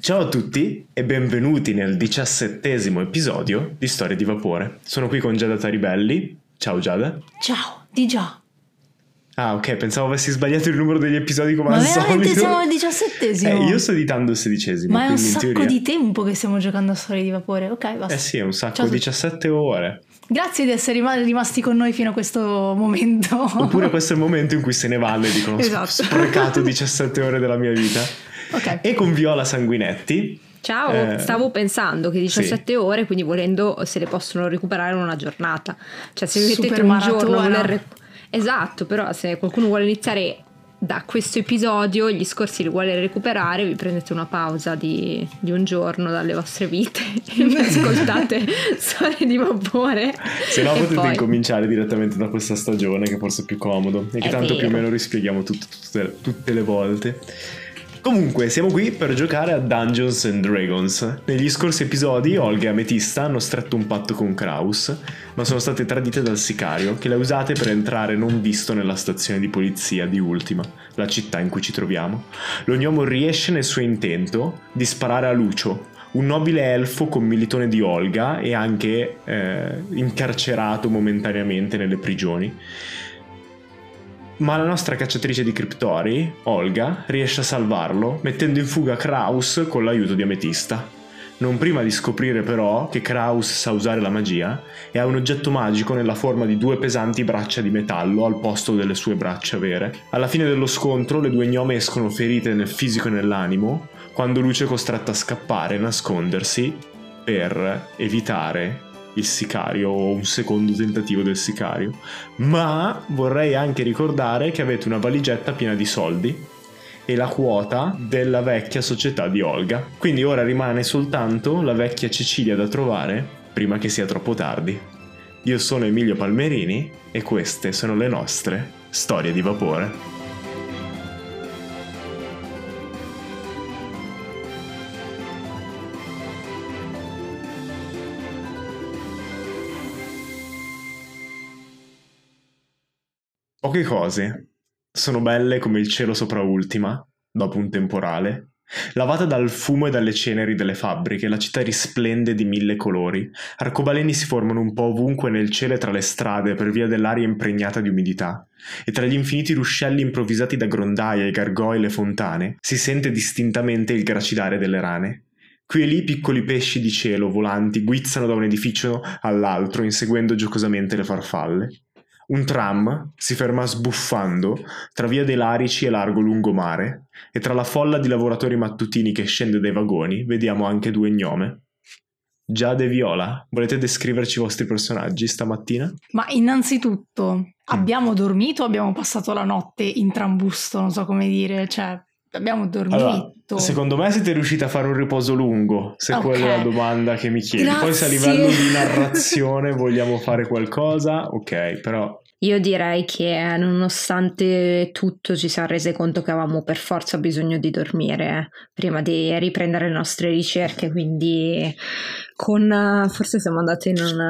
Ciao a tutti e benvenuti nel 17° episodio di Storie di Vapore. Sono qui con Giada Taribelli. Ciao Giada. Ciao, di già. Ah, ok, pensavo avessi sbagliato il numero degli episodi come Ma al veramente solito. siamo al 17°? Io sto editando il 16°. Ma è un quindi in sacco teoria... di tempo che stiamo giocando a Storie di Vapore. Ok, basta. sì, è un sacco, Ciao 17 ore. Grazie di essere rimasti con noi fino a questo momento. Oppure questo è il momento in cui se ne vanno e dicono Esatto. Sprecato 17 ore della mia vita. Ok. E con Viola Sanguinetti. Ciao, stavo pensando che 17 sì. ore, quindi volendo se le possono recuperare in una giornata. Cioè se vi mettete Super un giorno a maratona. voler esatto, però se qualcuno vuole iniziare da questo episodio, gli scorsi li vuole recuperare, vi prendete una pausa di un giorno dalle vostre vite e vi ascoltate Storie di Vapore. Se no E potete poi... incominciare direttamente da questa stagione, che forse è più comodo e che È tanto più o vero. meno rispieghiamo tutte le volte. Comunque siamo qui per giocare a Dungeons and Dragons. Negli scorsi episodi Olga e Ametista hanno stretto un patto con Kraus, ma sono state tradite dal sicario, che le ha usate per entrare non visto nella stazione di polizia di Ultima, la città in cui ci troviamo. Lo gnomo riesce nel suo intento di sparare a Lucio, un nobile elfo commilitone di Olga e anche incarcerato momentaneamente nelle prigioni. Ma la nostra cacciatrice di criptori, Olga, riesce a salvarlo, mettendo in fuga Kraus con l'aiuto di Ametista. Non prima di scoprire però che Kraus sa usare la magia e ha un oggetto magico nella forma di 2 pesanti braccia di metallo al posto delle sue braccia vere. Alla fine dello scontro le 2 gnome escono ferite nel fisico e nell'animo, quando Lucio è costretto a scappare e nascondersi per evitare il sicario o un secondo tentativo del sicario. Ma vorrei anche ricordare che avete una valigetta piena di soldi e la quota della vecchia società di Olga. Quindi ora rimane soltanto la vecchia Cecilia da trovare prima che sia troppo tardi. Io sono Emilio Palmerini e queste sono le nostre Storie di Vapore. Poche cose sono belle come il cielo sopra Ultima, dopo un temporale. Lavata dal fumo e dalle ceneri delle fabbriche, la città risplende di 1000 colori. Arcobaleni si formano un po' ovunque nel cielo e tra le strade per via dell'aria impregnata di umidità. E tra gli infiniti ruscelli improvvisati da grondaie, gargoyle e fontane si sente distintamente il gracidare delle rane. Qui e lì piccoli pesci di cielo volanti guizzano da un edificio all'altro inseguendo giocosamente le farfalle. Un tram si ferma sbuffando tra via dei Larici e largo lungomare e tra la folla di lavoratori mattutini che scende dai vagoni vediamo anche 2 gnome. Giada e Viola, volete descriverci i vostri personaggi stamattina? Ma innanzitutto, abbiamo dormito o abbiamo passato la notte in trambusto? Non so come dire, cioè, abbiamo dormito. Allora, secondo me siete riusciti a fare un riposo lungo, se Ok. quella è la domanda che mi chiedi. Poi se a Grazie. livello di narrazione vogliamo fare qualcosa, ok, però... Io direi che nonostante tutto ci siamo resi conto che avevamo per forza bisogno di dormire prima di riprendere le nostre ricerche, quindi forse siamo andati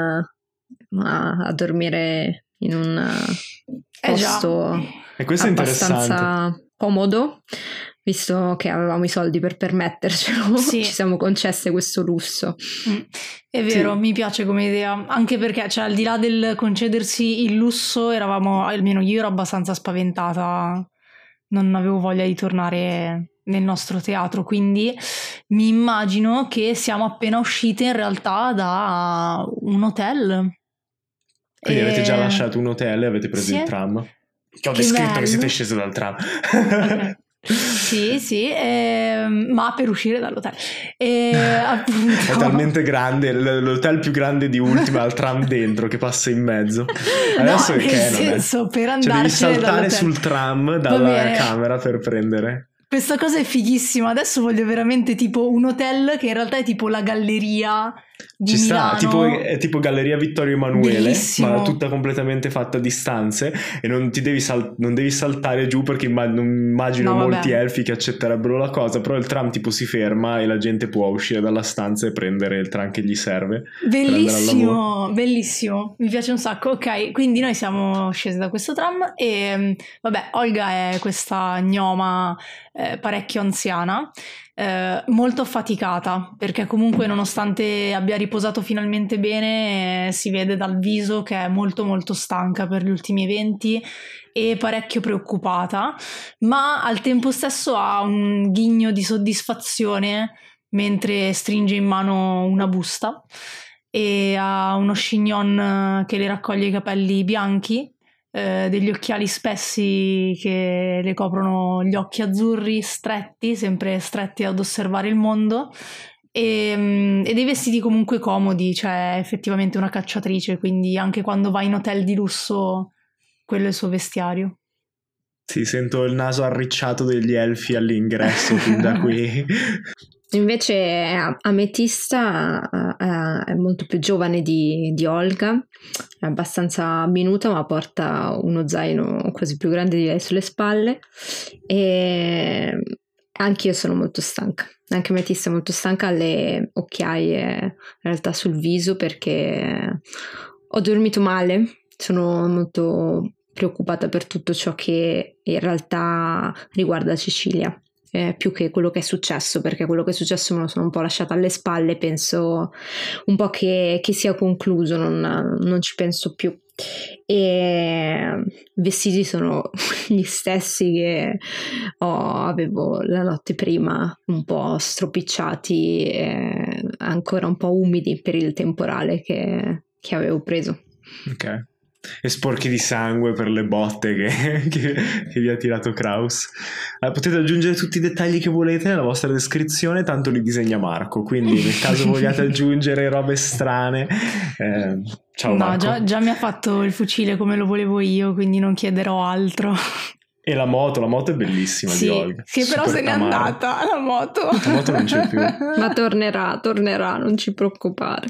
a dormire in un posto E questo è interessante. abbastanza comodo, visto che avevamo i soldi per permettercelo. Sì. Ci siamo concesse questo lusso. È vero, Sì. mi piace come idea, anche perché, cioè, al di là del concedersi il lusso, eravamo, almeno io ero abbastanza spaventata, non avevo voglia di tornare nel nostro teatro, quindi mi immagino che siamo appena uscite in realtà da un hotel. Quindi avete già E- lasciato un hotel e avete preso Sì. il tram? Che ho Che descritto bello. che siete scesi dal tram. Ok. Sì, ma per uscire dall'hotel. Appunto. È talmente grande, l'hotel più grande di Ultima, al tram dentro che passa in mezzo. Adesso No, è nel che non è. senso, per Cioè devi andarcene saltare dall'hotel. sul tram Va dalla bene. camera per prendere. Questa cosa è fighissima. Adesso voglio veramente tipo un hotel che in realtà è tipo la galleria di Ci sta, Milano. è tipo Galleria Vittorio Emanuele, Bellissimo. ma tutta completamente fatta a distanze e non devi saltare giù perché non immagino No, vabbè. molti elfi che accetterebbero la cosa, però il tram tipo si ferma e la gente può uscire dalla stanza e prendere il tram che gli serve per andare al lavoro. Bellissimo, bellissimo, mi piace un sacco. Ok, quindi noi siamo scesi da questo tram e vabbè, Olga è questa gnoma parecchio anziana molto affaticata, perché comunque nonostante abbia riposato finalmente bene, si vede dal viso che è molto molto stanca per gli ultimi eventi e parecchio preoccupata, ma al tempo stesso ha un ghigno di soddisfazione mentre stringe in mano una busta e ha uno chignon che le raccoglie i capelli bianchi, degli occhiali spessi che le coprono gli occhi azzurri stretti, sempre stretti ad osservare il mondo, e dei vestiti comunque comodi, cioè è effettivamente una cacciatrice, quindi anche quando va in hotel di lusso quello è il suo vestiario. Sì, sento il naso arricciato degli elfi all'ingresso fin da qui. Invece Ametista è molto più giovane di Olga, è abbastanza minuta ma porta uno zaino quasi più grande di lei sulle spalle e anche io sono molto stanca, anche Ametista è molto stanca, ha le occhiaie in realtà sul viso perché ho dormito male, sono molto preoccupata per tutto ciò che in realtà riguarda Cecilia. Più che quello che è successo, perché quello che è successo me lo sono un po' lasciata alle spalle, penso un po' che sia concluso, non ci penso più. E i vestiti sono gli stessi che avevo la notte prima, un po' stropicciati e ancora un po' umidi per il temporale che avevo preso. Ok. E sporchi di sangue per le botte che vi ha tirato Kraus. Potete aggiungere tutti i dettagli che volete nella vostra descrizione, tanto li disegna Marco, quindi nel caso vogliate aggiungere robe strane, ciao Marco. No, già mi ha fatto il fucile come lo volevo io, quindi non chiederò altro. E la moto è bellissima, sì, di Olga. che però Super se n'è Tamara. andata la moto. La moto non c'è più. Ma tornerà, non ci preoccupare.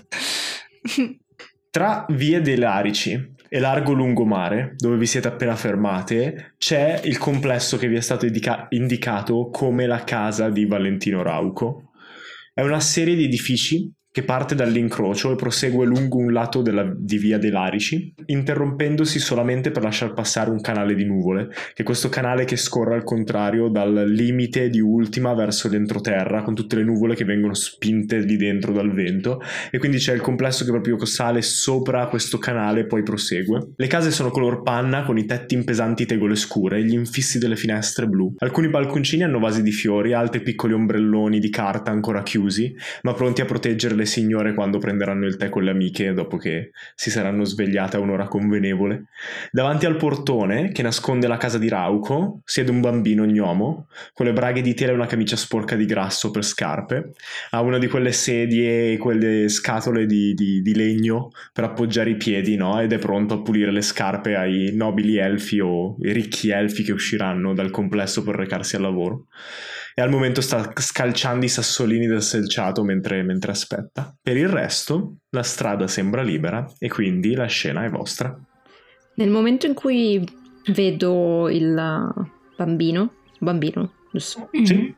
Tra Vie dei Larici e Largo Lungomare, dove vi siete appena fermate, c'è il complesso che vi è stato indicato come la casa di Valentino Rauco. È una serie di edifici che parte dall'incrocio e prosegue lungo un lato di Via dei Larici, interrompendosi solamente per lasciar passare un canale di nuvole, che è questo canale che scorre al contrario dal limite di Ultima verso l'entroterra, con tutte le nuvole che vengono spinte lì dentro dal vento, e quindi c'è il complesso che proprio sale sopra questo canale e poi prosegue. Le case sono color panna, con i tetti in pesanti tegole scure e gli infissi delle finestre blu. Alcuni balconcini hanno vasi di fiori, altri piccoli ombrelloni di carta ancora chiusi, ma pronti a proteggere le signore quando prenderanno il tè con le amiche dopo che si saranno svegliate a un'ora convenevole. Davanti al portone, che nasconde la casa di Rauco, siede un bambino gnomo, con le braghe di tela e una camicia sporca di grasso per scarpe. Ha una di quelle sedie e quelle scatole di legno per appoggiare i piedi, no? Ed è pronto a pulire le scarpe ai nobili elfi o i ricchi elfi che usciranno dal complesso per recarsi al lavoro. E al momento sta scalciando i sassolini del selciato mentre aspetta. Per il resto la strada sembra libera e quindi la scena è vostra. Nel momento in cui vedo il bambino, giusto? Sì.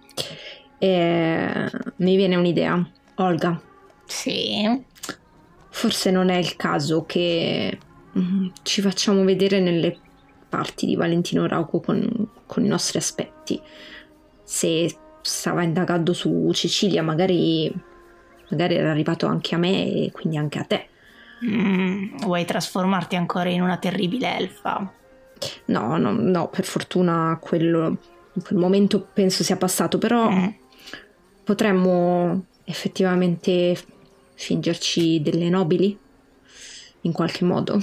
Mi viene un'idea. Olga. Sì. Forse non è il caso che ci facciamo vedere nelle parti di Valentino Rauco con i nostri aspetti. Se stava indagando su Cecilia, magari era arrivato anche a me e quindi anche a te. Vuoi trasformarti ancora in una terribile elfa? No, per fortuna quel momento penso sia passato, però potremmo effettivamente fingerci delle nobili in qualche modo.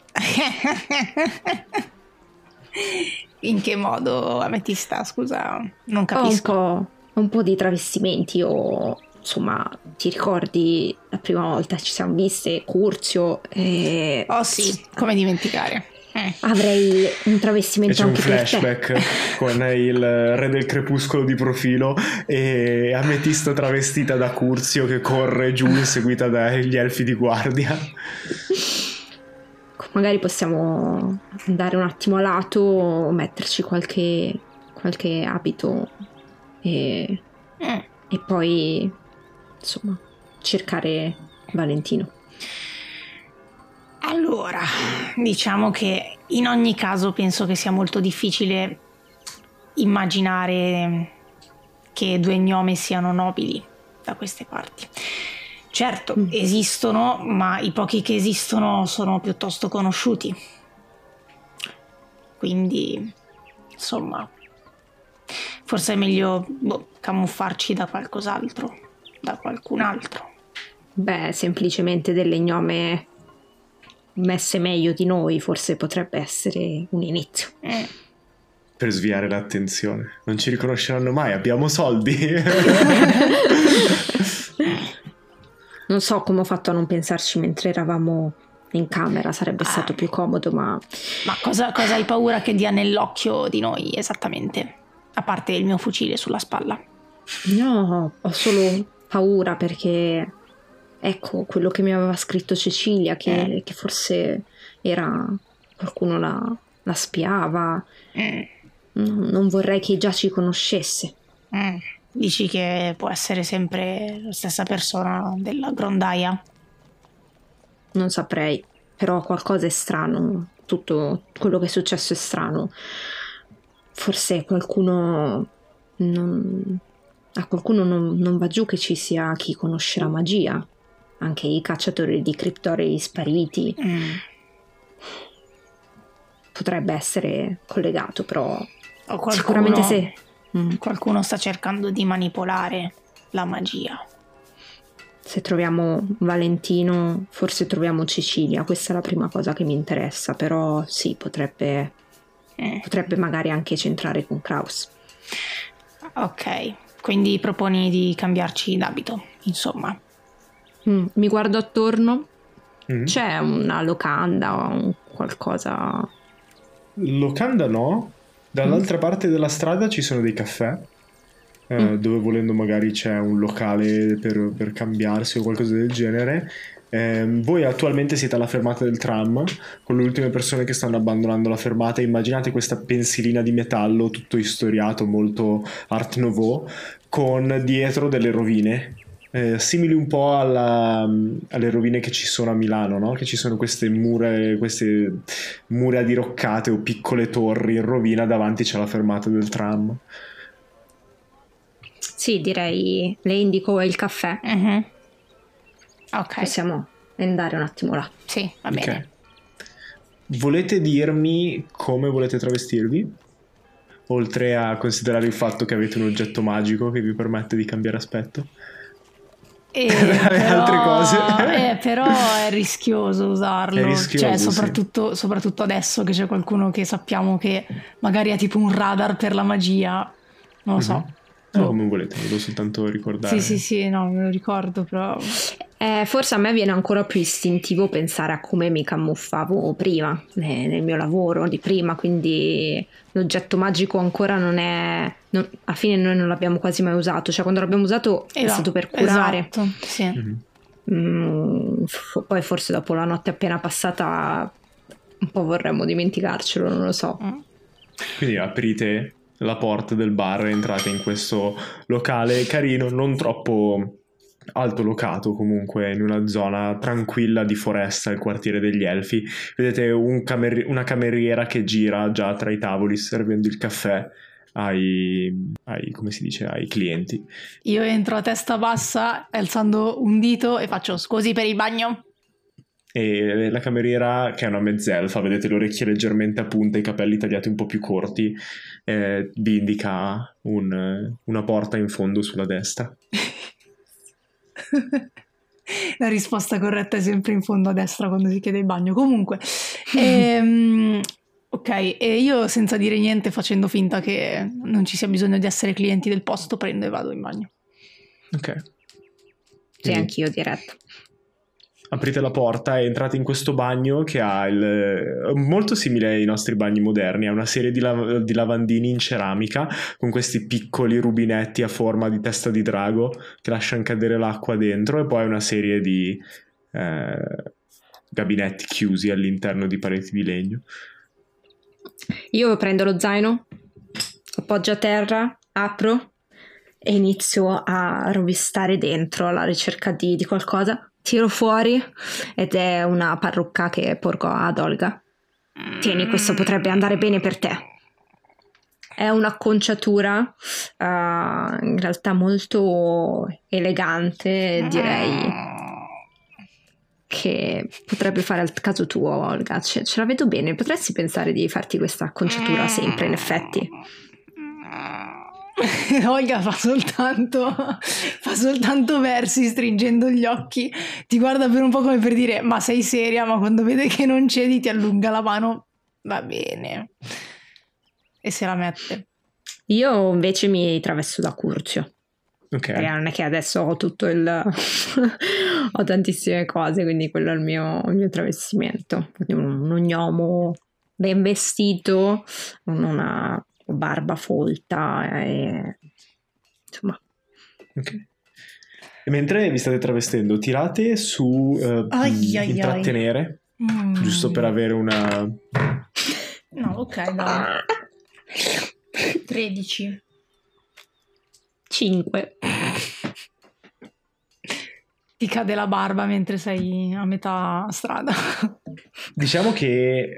In che modo, Ametista? Scusa, non capisco. Un po' di travestimenti o insomma, ti ricordi la prima volta che ci siamo viste, Curzio? Oh sì, come dimenticare. Avrei un travestimento anche per te. C'è un flashback con il re del crepuscolo di profilo e Ametista travestita da Curzio che corre giù seguita dagli elfi di guardia. Magari possiamo andare un attimo a lato, metterci qualche abito e poi insomma cercare Valentino. Allora, diciamo che in ogni caso penso che sia molto difficile immaginare che 2 gnome siano nobili da queste parti. Certo, esistono, ma i pochi che esistono sono piuttosto conosciuti. Quindi, insomma, forse è meglio camuffarci da qualcos'altro, da qualcun altro. Beh, semplicemente delle gnome messe meglio di noi forse potrebbe essere un inizio. Per sviare l'attenzione. Non ci riconosceranno mai, abbiamo soldi. Non so come ho fatto a non pensarci mentre eravamo in camera, sarebbe stato più comodo, ma... Ma cosa hai paura che dia nell'occhio di noi esattamente? A parte il mio fucile sulla spalla. No, ho solo paura perché, ecco, quello che mi aveva scritto Cecilia, che forse era... qualcuno la spiava. Non vorrei che già ci conoscesse. Dici che può essere sempre la stessa persona della grondaia? Non saprei, però qualcosa è strano. Tutto quello che è successo è strano. Forse qualcuno a qualcuno non va giù che ci sia chi conosce la magia. Anche i cacciatori di criptorei spariti. Potrebbe essere collegato, però sicuramente se... Qualcuno sta cercando di manipolare la magia. Se troviamo Valentino, forse troviamo Cecilia. Questa è la prima cosa che mi interessa, però sì, potrebbe magari anche centrare con Kraus. Ok, quindi proponi di cambiarci d'abito, insomma. Mi guardo attorno. C'è una locanda o qualcosa? Locanda no. Dall'altra parte della strada ci sono dei caffè, dove volendo magari c'è un locale per cambiarsi o qualcosa del genere. Voi attualmente siete alla fermata del tram, con le ultime persone che stanno abbandonando la fermata. Immaginate questa pensilina di metallo tutto istoriato, molto Art Nouveau, con dietro delle rovine. Simili un po' alle rovine che ci sono a Milano, no? Che ci sono queste mura diroccate o piccole torri in rovina, davanti c'è la fermata del tram. Sì, direi le indico il caffè. Ok. Possiamo andare un attimo là. Sì, va bene. Okay. Volete dirmi come volete travestirvi? Oltre a considerare il fatto che avete un oggetto magico che vi permette di cambiare aspetto? Altre cose. Però è rischioso usarlo. È rischioso, cioè, soprattutto adesso che c'è qualcuno che sappiamo che magari ha tipo un radar per la magia. Non lo so. No, come volete, volevo soltanto ricordare. Sì, no, me lo ricordo, però... Forse a me viene ancora più istintivo pensare a come mi camuffavo prima, nel mio lavoro di prima, quindi l'oggetto magico ancora non è... alla fine noi non l'abbiamo quasi mai usato, cioè quando l'abbiamo usato è stato per curare. Esatto, sì. Poi forse dopo la notte appena passata un po' vorremmo dimenticarcelo, non lo so. Quindi aprite la porta del bar e entrate in questo locale carino, non troppo alto locato, comunque in una zona tranquilla di foresta, il quartiere degli Elfi. Vedete una cameriera che gira già tra i tavoli servendo il caffè come si dice, ai clienti. Io entro a testa bassa alzando un dito e faccio: scusi per il bagno? E la cameriera, che è una mezzelfa, vedete le orecchie leggermente a punta, i capelli tagliati un po' più corti, vi indica una porta in fondo sulla destra. La risposta corretta è sempre in fondo a destra quando si chiede il bagno. Comunque, ok, e io senza dire niente, facendo finta che non ci sia bisogno di essere clienti del posto, prendo e vado in bagno. Ok. Sì, anch'io diretta. Aprite la porta e entrate in questo bagno che ha molto simile ai nostri bagni moderni, ha una serie di lavandini in ceramica con questi piccoli rubinetti a forma di testa di drago che lasciano cadere l'acqua dentro, e poi una serie di gabinetti chiusi all'interno di pareti di legno. Io prendo lo zaino, appoggio a terra, apro e inizio a rovistare dentro alla ricerca di qualcosa. Tiro fuori ed è una parrucca che porgo ad Olga. Tieni, questo potrebbe andare bene per te. è un'acconciatura in realtà molto elegante, direi che potrebbe fare al caso tuo, Olga. Ce la vedo bene, potresti pensare di farti questa acconciatura sempre, in effetti. Olga fa soltanto versi stringendo gli occhi, ti guarda per un po' come per dire ma sei seria, ma quando vede che non cedi ti allunga la mano, va bene, e se la mette. Io invece mi travesto da Curzio. Ok. Perché non è che adesso ho tutto ho tantissime cose, quindi quello è il mio travestimento. Quindi un gnomo ben vestito, con una barba folta e insomma. Ok. E mentre vi state travestendo, tirate su intrattenere, giusto per avere una... No, ok, dai. 13. 5. Ti cade la barba mentre sei a metà strada. Diciamo che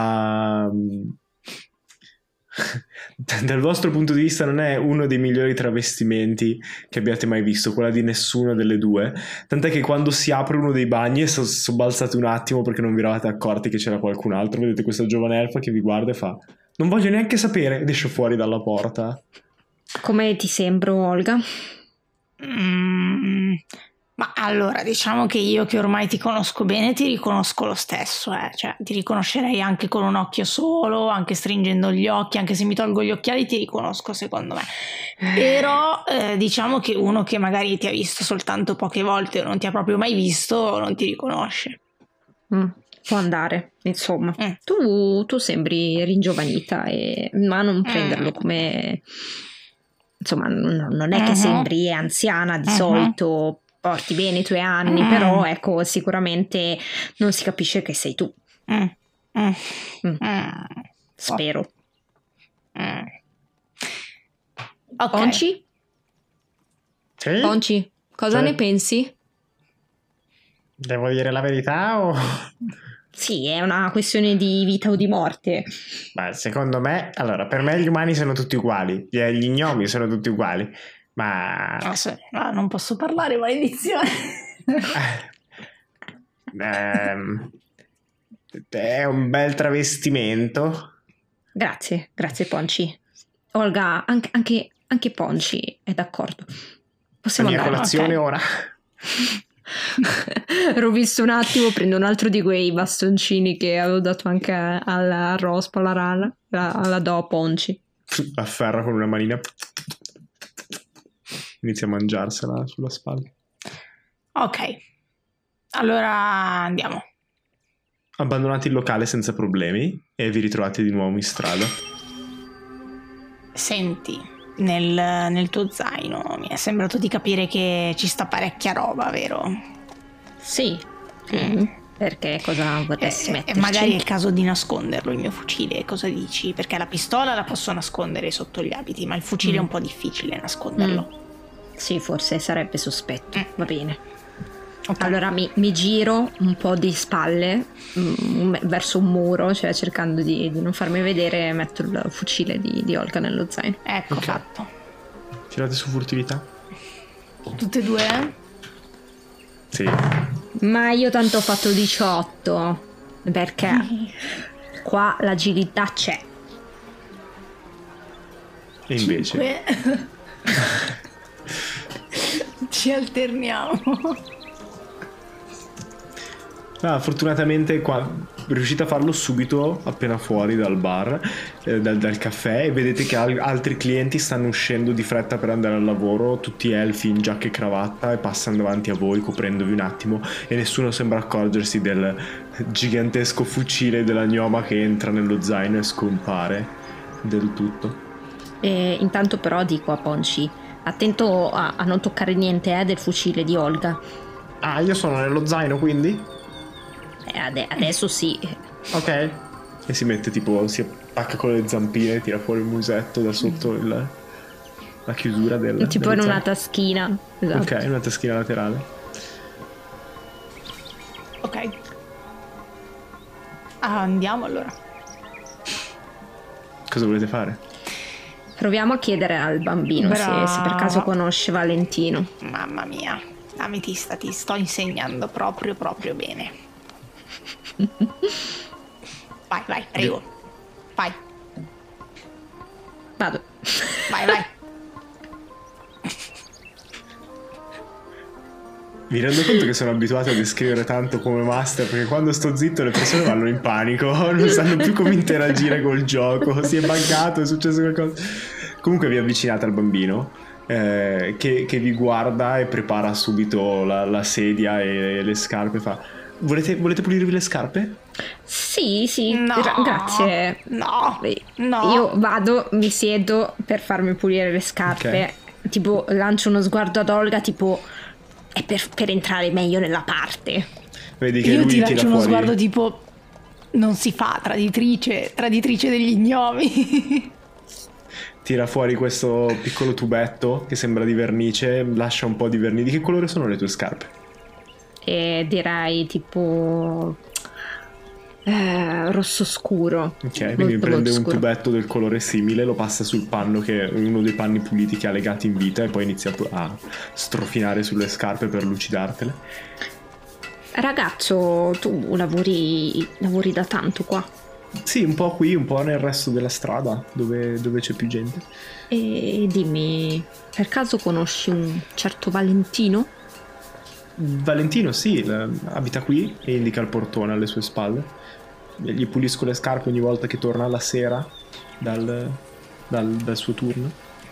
dal vostro punto di vista non è uno dei migliori travestimenti che abbiate mai visto, quella di nessuna delle due, tant'è che quando si apre uno dei bagni e sobbalzate un attimo perché non vi eravate accorti che c'era qualcun altro, vedete questa giovane elfa che vi guarda e fa non voglio neanche sapere, ed esce fuori dalla porta. Come ti sembro, Olga? Ma allora, diciamo che io che ormai ti conosco bene ti riconosco lo stesso, cioè ti riconoscerei anche con un occhio solo, anche stringendo gli occhi, anche se mi tolgo gli occhiali ti riconosco secondo me. Però diciamo che uno che magari ti ha visto soltanto poche volte o non ti ha proprio mai visto non ti riconosce. Può andare, insomma. Tu sembri ringiovanita, ma non prenderlo come... Insomma, non è che sembri anziana di solito, porti bene i tuoi anni, però ecco, sicuramente non si capisce che sei tu. Spero. Ok. Ponci? Sì? Ponci, cosa ne pensi? Devo dire la verità o... Sì, è una questione di vita o di morte. Beh, secondo me, allora, per me gli umani sono tutti uguali, gli gnomi sono tutti uguali, ma... non posso parlare, maledizione. È un bel travestimento. Grazie Ponci. Olga, anche Ponci è d'accordo. Possiamo La mia andare? colazione Ok. ora. Rovisto un attimo, prendo un altro di quei bastoncini che avevo dato anche alla Rospa, alla Rana, la do a Ponci. Afferra con una manina. Inizia a mangiarsela sulla spalla. Ok, allora andiamo. Abbandonate il locale senza problemi e vi ritrovate di nuovo in strada. Senti, nel tuo zaino mi è sembrato di capire che ci sta parecchia roba, vero? Sì. Perché cosa vorresti metterci? E magari è il caso di nasconderlo il mio fucile, cosa dici? Perché la pistola la posso nascondere sotto gli abiti, ma il fucile è un po' difficile nasconderlo. Sì, forse sarebbe sospetto. Va bene. Okay. Allora mi giro un po' di spalle verso un muro, cioè cercando di non farmi vedere, e metto il fucile di Olga nello zaino. Ecco, Ok. fatto. Tirate su furtività? Tutte e due? Sì. Ma io tanto ho fatto 18, perché qua l'agilità c'è. E invece... Ci alterniamo. Fortunatamente riuscite a farlo subito appena fuori dal bar, dal caffè, e vedete che altri clienti stanno uscendo di fretta per andare al lavoro, tutti elfi in giacca e cravatta, e passano davanti a voi coprendovi un attimo, e nessuno sembra accorgersi del gigantesco fucile della gnoma che entra nello zaino e scompare del tutto. E intanto però dico a Ponci, attento a non toccare niente del fucile di Olga. Ah, io sono nello zaino quindi? Adesso sì. Ok. E si mette tipo, si attacca con le zampine, tira fuori il musetto da sotto la chiusura del... Tipo in una zaino. taschina. Esatto. Ok, in una taschina laterale. Ok. Andiamo allora. Cosa volete fare? Proviamo a chiedere al bambino se per caso conosce Valentino. Mamma mia, Ametista, ti sto insegnando proprio bene. Vai, prego. Vai. Vado. Vai. Mi rendo conto che sono abituato a descrivere tanto come master, perché quando sto zitto le persone vanno in panico, non sanno più come interagire col gioco, si è buggato, è successo qualcosa. Comunque vi avvicinate al bambino che vi guarda e prepara subito la sedia e le scarpe. Fa: volete pulirvi le scarpe? Sì, No, grazie. No. Io vado, mi siedo per farmi pulire le scarpe. Okay. Tipo lancio uno sguardo ad Olga, tipo è per entrare meglio nella parte. Vedi che Io lui ti lancio tira uno fuori... sguardo tipo: non si fa, traditrice degli gnomi. Tira fuori questo piccolo tubetto che sembra di vernice, lascia un po' di vernice. Di che colore sono le tue scarpe? E direi tipo rosso scuro. Ok, quindi prende un tubetto del colore simile, lo passa sul panno, che è uno dei panni puliti che ha legati in vita, e poi inizia a strofinare sulle scarpe per lucidartele. Ragazzo, tu lavori da tanto qua. Sì, un po' qui, un po' nel resto della strada, dove c'è più gente. E dimmi, per caso conosci un certo Valentino? Valentino, sì, abita qui e indica il portone alle sue spalle. Gli pulisco le scarpe ogni volta che torna la sera dal suo turno.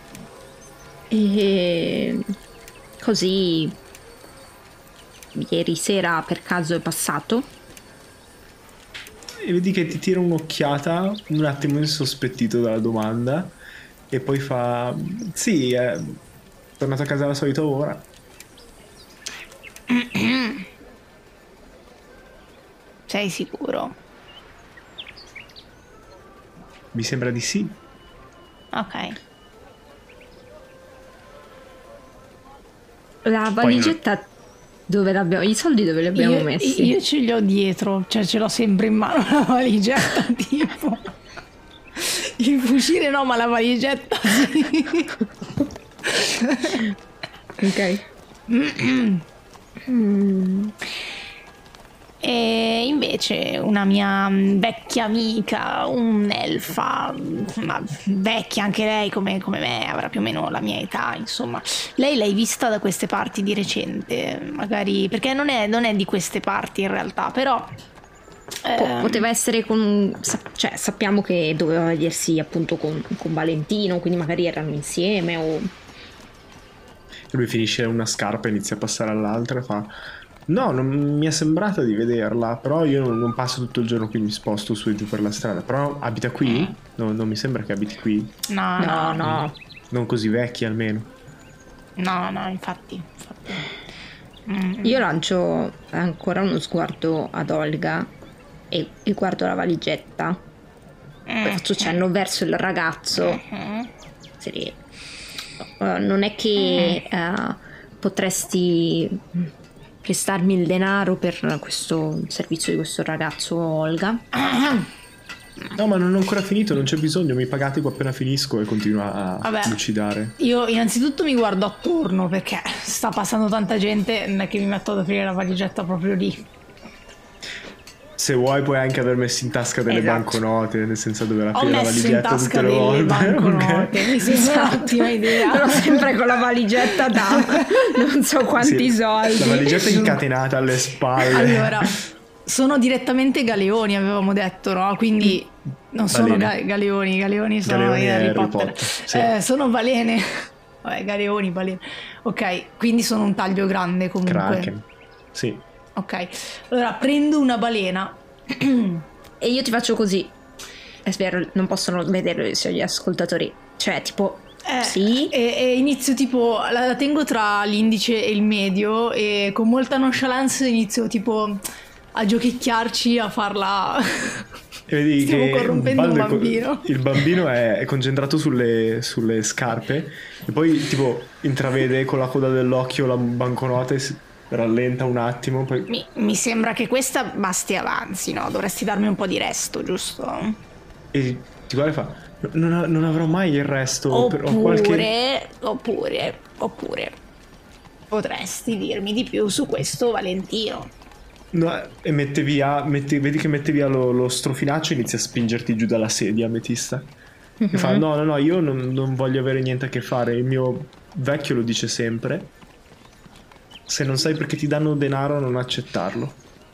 E così ieri sera per caso è passato? E vedi che ti tira un'occhiata, un attimo insospettito dalla domanda, e poi fa: sì, è tornato a casa alla solita ora. Sei sicuro? Mi sembra di sì. Ok. La valigetta dove l'abbiamo? I soldi dove li abbiamo messi? Io ce li ho dietro, cioè ce l'ho sempre in mano la valigetta, tipo. Il fucile no, ma la valigetta sì. Ok. E invece una mia vecchia amica, un'elfa, ma vecchia anche lei come me, avrà più o meno la mia età, insomma. Lei l'hai vista da queste parti di recente, magari, perché non è di queste parti in realtà, però... Poteva essere cioè sappiamo che doveva vedersi appunto con Valentino, quindi magari erano insieme o... Lui finisce una scarpa e inizia a passare all'altra e fa: no, non mi è sembrata di vederla, però io non passo tutto il giorno qui, mi sposto su e giù per la strada. Però abita qui? No, non mi sembra che abiti qui. No. Non così vecchi almeno. No, infatti. Io lancio ancora uno sguardo ad Olga e guardo la valigetta. Poi faccio cenno verso il ragazzo. Non è che potresti prestarmi il denaro per questo servizio di questo ragazzo, Olga? No, ma non ho ancora finito, non c'è bisogno, mi pagate qua appena finisco, e continua a lucidare. Io innanzitutto mi guardo attorno perché sta passando tanta gente, non è che mi metto ad aprire la valigetta proprio lì. Se vuoi puoi anche aver messo in tasca delle banconote, nel senso dover aprire la valigetta tutte le volte. Banconote. Mi sembra un'ottima idea. Però sempre con la valigetta da non so quanti soldi. La valigetta incatenata alle spalle. Allora, sono direttamente galeoni, avevamo detto, no? Quindi non sono galeoni sono in Harry Potter. Sì. Sono balene. Vabbè, galeoni, balene. Ok, quindi sono un taglio grande comunque. Kraken. Sì. Ok, allora prendo una balena e io ti faccio così. È vero, non possono vederlo gli ascoltatori. Cioè, tipo, sì. E inizio tipo, la tengo tra l'indice e il medio e con molta nonchalance inizio tipo a giochicchiarci, a farla... E vedi stiamo corrompendo un bambino. Il bambino è concentrato sulle scarpe e poi tipo intravede con la coda dell'occhio la banconota e rallenta un attimo, poi... Mi sembra che questa basti avanzi, no? Dovresti darmi un po' di resto, giusto? E ti guarda e fa: non avrò mai il resto. Ho Oppure potresti dirmi di più su questo Valentino. No, e vedi che mette via lo strofinaccio e inizia a spingerti giù dalla sedia, Ametista. E fa: no, io non voglio avere niente a che fare. Il mio vecchio lo dice sempre: se non sai perché ti danno denaro, non accettarlo.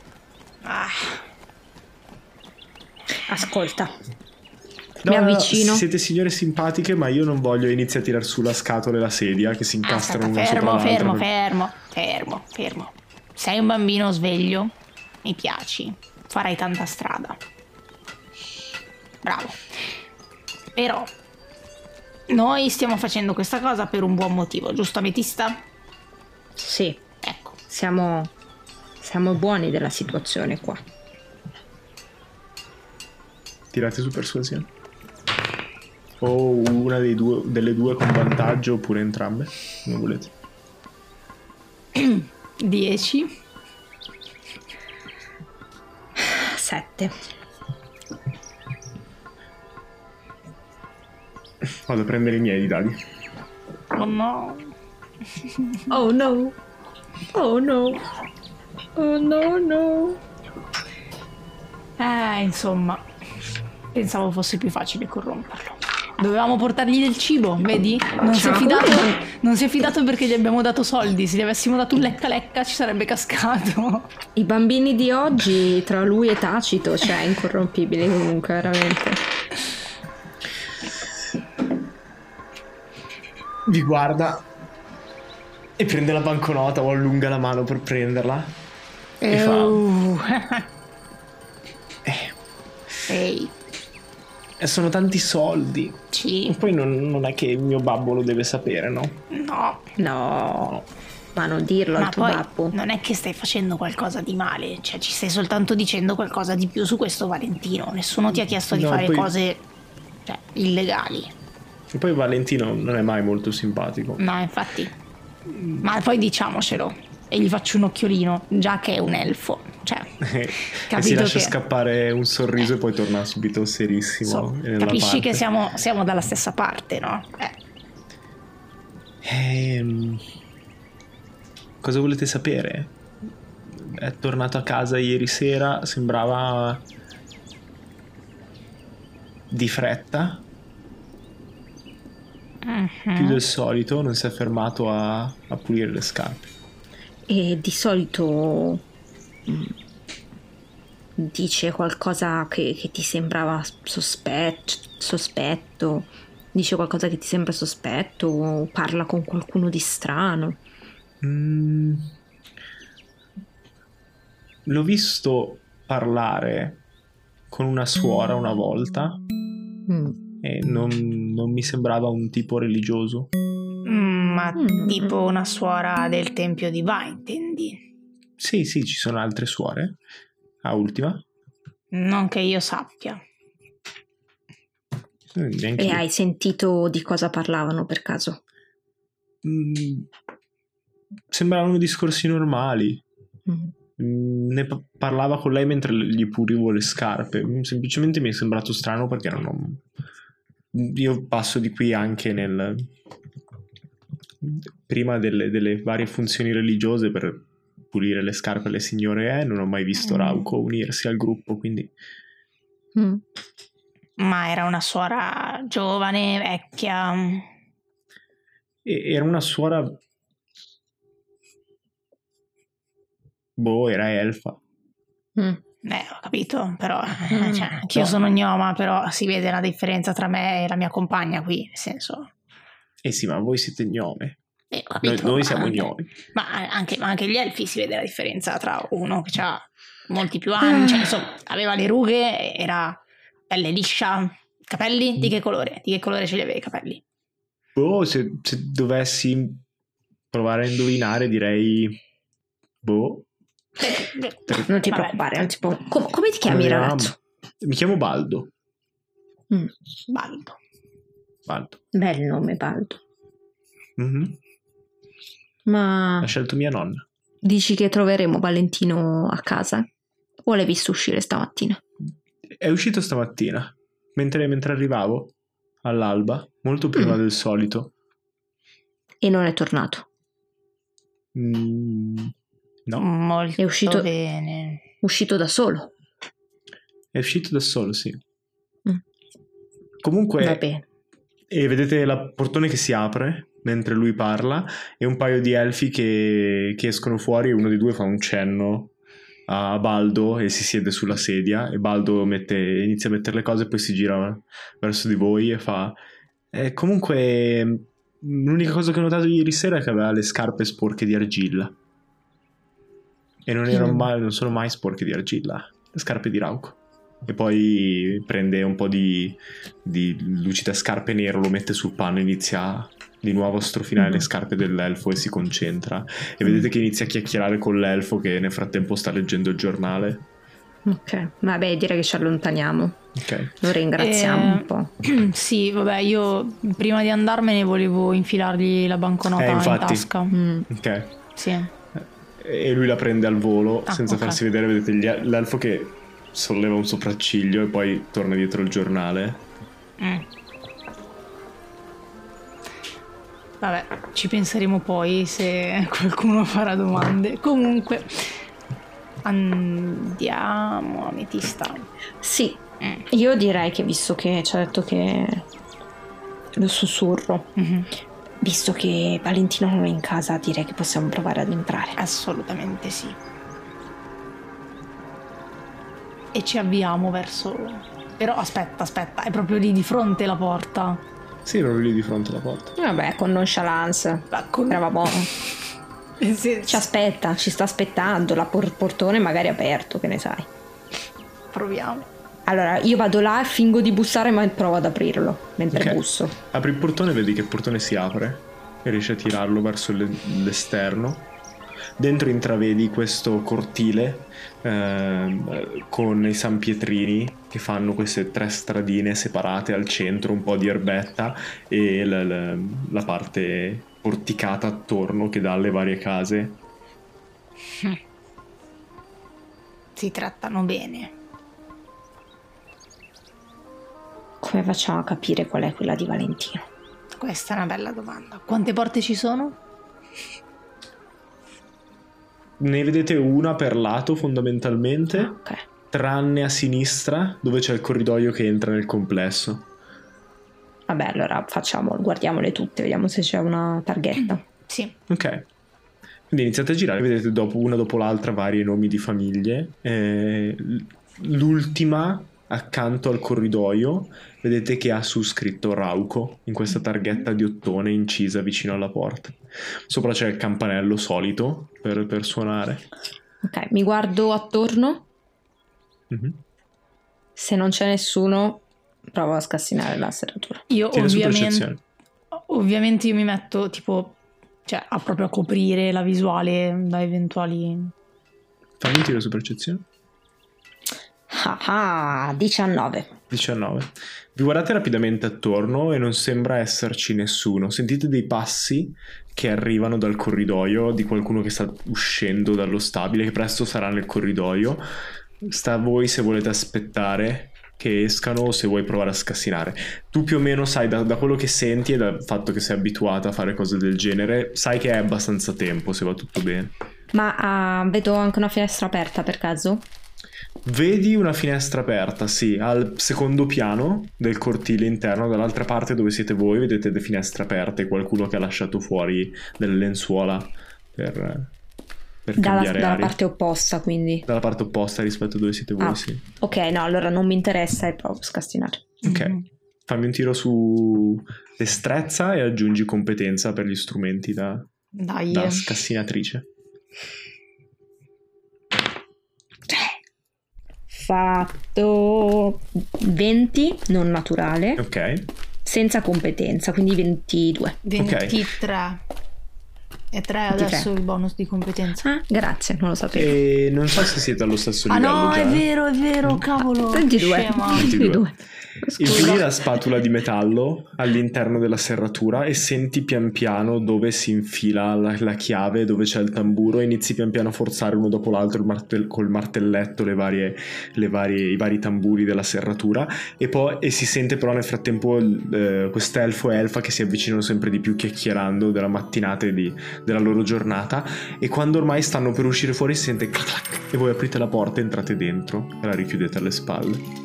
Ascolta, No, mi avvicino. siete signore simpatiche, ma io non voglio. Inizia a tirar su la scatola e la sedia che si incastrano una sopra l'altra. Fermo. Sei un bambino sveglio, mi piaci, farai tanta strada. Bravo. Però noi stiamo facendo questa cosa per un buon motivo, giusto Ametista? Sì, Ecco. siamo buoni della situazione qua. Tirate su persuasione. O una delle due con vantaggio oppure entrambe, come volete. 10. 7. Vado a prendere i miei di dadi. Oh no. Oh no. Oh no. Oh no no. Insomma, pensavo fosse più facile corromperlo. Dovevamo portargli del cibo, vedi? Non si è fidato perché gli abbiamo dato soldi. Se gli avessimo dato un lecca ci sarebbe cascato. I bambini di oggi, tra lui e Tacito, cioè incorrompibili comunque, veramente. Vi guarda e prende la banconota o allunga la mano per prenderla e fa: Ehi, sono tanti soldi. sì. Poi non è che il mio babbo lo deve sapere, no? No, ma non dirlo Ma al tuo poi babbo. non è che stai facendo qualcosa di male, cioè ci stai soltanto dicendo qualcosa di più su questo Valentino. Nessuno ti ha chiesto di No, fare poi- cose, cioè, illegali. E poi Valentino non è mai molto simpatico. No, infatti. Ma poi diciamocelo. E gli faccio un occhiolino, già che è un elfo. Cioè, E si capito lascia che... scappare un sorriso e poi torna subito serissimo nella capisci parte. che siamo dalla stessa parte, no? Cosa volete sapere? È tornato a casa ieri sera, sembrava di fretta, più del solito, non si è fermato a pulire le scarpe. E di solito dice qualcosa che ti sembrava sospetto, dice qualcosa che ti sembra sospetto, o parla con qualcuno di strano. L'ho visto parlare con una suora una volta e non mi sembrava un tipo religioso. Ma tipo una suora del tempio di Va, intendi? Sì, ci sono altre suore. A Ultima. Non che io sappia. Neanche E io. hai sentito di cosa parlavano per caso? Sembravano discorsi normali. Ne parlava con lei mentre gli pulivo le scarpe. Semplicemente mi è sembrato strano perché io passo di qui anche prima delle varie funzioni religiose per pulire le scarpe alle signore, non ho mai visto Rauco unirsi al gruppo, quindi Ma era una suora giovane, vecchia? era una suora, era elfa. Ho capito, però cioè, anch'io sono gnoma, però si vede la differenza tra me e la mia compagna qui, nel senso... Sì, ma voi siete gnome. Ho capito, Noi siamo gnomi. Ma anche gli elfi si vede la differenza tra uno che ha molti più anni, cioè insomma, aveva le rughe, era pelle liscia, capelli di che colore? Di che colore ce li avevi i capelli? Se dovessi provare a indovinare direi Non ti preoccupare, non ti come ti chiami, ragazzo? Mi chiamo Baldo. Baldo. Bel nome, Baldo. Ma ha scelto mia nonna. Dici che troveremo Valentino a casa? O l'hai visto uscire stamattina? È uscito stamattina. mentre arrivavo all'alba, molto prima del solito. E non è tornato? No. Molto È uscito bene. Uscito da solo? È uscito da solo, sì. Va Comunque, bene. e vedete il portone che si apre mentre lui parla e un paio di elfi che escono fuori e uno dei due fa un cenno a Baldo e si siede sulla sedia e Baldo inizia a mettere le cose e poi si gira verso di voi e fa comunque l'unica cosa che ho notato ieri sera è che aveva le scarpe sporche di argilla e non sono mai sporche di argilla, le scarpe di Rauco. E poi prende un po' di lucida scarpe nero, lo mette sul panno e inizia di nuovo a strofinare le scarpe dell'elfo e si concentra e vedete che inizia a chiacchierare con l'elfo che nel frattempo sta leggendo il giornale. Ok, vabbè, direi che ci allontaniamo. Ok. Lo ringraziamo un po'. Sì, vabbè, io prima di andarmene volevo infilargli la banconota in infatti. tasca. Ok. Sì. E lui la prende al volo senza ok. farsi vedere. Vedete l'elfo che solleva un sopracciglio e poi torna dietro il giornale. Vabbè, ci penseremo poi se qualcuno farà domande. Comunque andiamo, Ametista. Sì, io direi che visto che ci ha detto che lo sussurro, visto che Valentino non è in casa, direi che possiamo provare ad entrare. Assolutamente sì. E ci avviamo verso... Però aspetta, è proprio lì di fronte la porta. Sì, ero lì di fronte alla porta. Vabbè, con nonchalance. Con... Eravamo... Sì. Ci sta aspettando, la portone magari aperto, che ne sai. Proviamo. Allora, io vado là e fingo di bussare, ma provo ad aprirlo mentre busso. Apri il portone e vedi che il portone si apre e riesci a tirarlo verso l'esterno. Dentro intravedi questo cortile con i sanpietrini che fanno queste 3 stradine separate al centro, un po' di erbetta e la parte porticata attorno che dà alle varie case. Si trattano bene. Come facciamo a capire qual è quella di Valentino? Questa è una bella domanda. Quante porte ci sono? Ne vedete una per lato fondamentalmente, Ok. tranne a sinistra dove c'è il corridoio che entra nel complesso. Vabbè, allora guardiamole tutte, vediamo se c'è una targhetta. Sì. Ok. Quindi iniziate a girare, vedete una dopo l'altra vari nomi di famiglie. L'ultima accanto al corridoio vedete che ha su scritto Rauco in questa targhetta di ottone incisa vicino alla porta. Sopra c'è il campanello solito per suonare. Ok, mi guardo attorno. Se non c'è nessuno, provo a scassinare la serratura. Io Tieni su percezione. ovviamente io mi metto tipo, cioè a proprio a coprire la visuale da eventuali... Fammi un tiro su percezione. 19. Vi guardate rapidamente attorno e non sembra esserci nessuno. Sentite dei passi che arrivano dal corridoio di qualcuno che sta uscendo dallo stabile, che presto sarà nel corridoio. Sta a voi se volete aspettare che escano o se vuoi provare a scassinare. Tu più o meno sai da quello che senti e dal fatto che sei abituata a fare cose del genere, sai che è abbastanza tempo se va tutto bene. Ma vedo anche una finestra aperta per caso? Vedi una finestra aperta, sì, al secondo piano del cortile interno, dall'altra parte dove siete voi, vedete le finestre aperte, qualcuno che ha lasciato fuori delle lenzuola per cambiare dalla aria. parte opposta, quindi. Dalla parte opposta rispetto a dove siete voi, sì. Ok, no, allora non mi interessa e provo a scassinare. Ok, fammi un tiro su destrezza e aggiungi competenza per gli strumenti da scassinatrice. Fatto 20, non naturale. Ok. Senza competenza, quindi 22. 23. E 3 adesso il bonus di competenza. Ah, grazie, non lo sapevo. E non so se siete allo stesso livello. No, già. è vero, cavolo. 22. Scema. 22. Infili la spatola di metallo all'interno della serratura e senti pian piano dove si infila la chiave, dove c'è il tamburo, e inizi pian piano a forzare uno dopo l'altro col martelletto i vari tamburi della serratura, e si sente però nel frattempo quest'elfo e elfa che si avvicinano sempre di più, chiacchierando della mattinata e della loro giornata, e quando ormai stanno per uscire fuori si sente clac clac, e voi aprite la porta, entrate dentro e la richiudete alle spalle.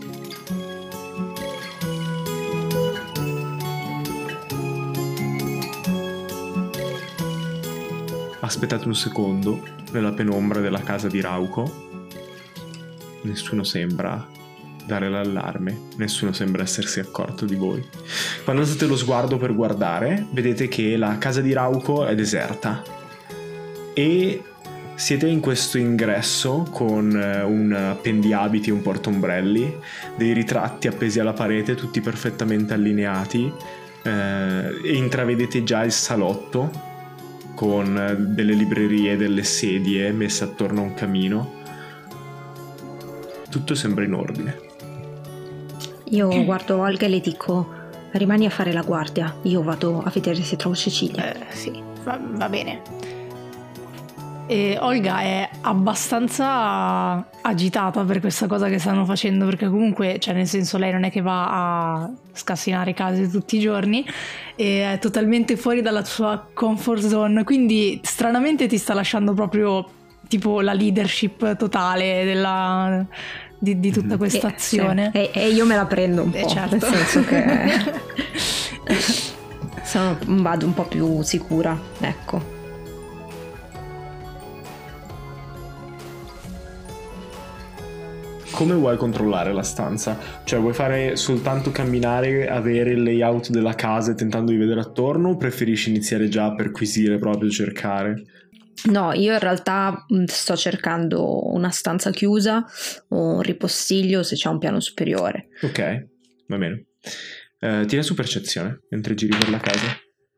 Aspettate un secondo nella penombra della casa di Rauco. Nessuno sembra dare l'allarme, nessuno sembra essersi accorto di voi. Quando alzate lo sguardo per guardare, vedete che la casa di Rauco è deserta e siete in questo ingresso con un appendiabiti e un portaombrelli, dei ritratti appesi alla parete, tutti perfettamente allineati, e intravedete già il salotto con delle librerie e delle sedie messe attorno a un camino. Tutto sembra in ordine. Io guardo Olga e le dico: rimani a fare la guardia, io vado a vedere se trovo Cecilia. Sì, va bene. E Olga è abbastanza agitata per questa cosa che stanno facendo, perché comunque, cioè, nel senso, lei non è che va a scassinare case tutti i giorni, e è totalmente fuori dalla sua comfort zone, quindi stranamente ti sta lasciando proprio tipo la leadership totale di tutta questa azione. Sì. E io me la prendo un po', certo. nel senso che vado un po' più sicura, ecco. Come vuoi controllare la stanza? Cioè, vuoi fare soltanto camminare, avere il layout della casa tentando di vedere attorno, o preferisci iniziare già a perquisire, proprio cercare? No, io in realtà sto cercando una stanza chiusa o un ripostiglio se c'è un piano superiore. Ok, va bene. Tira su percezione mentre giri per la casa.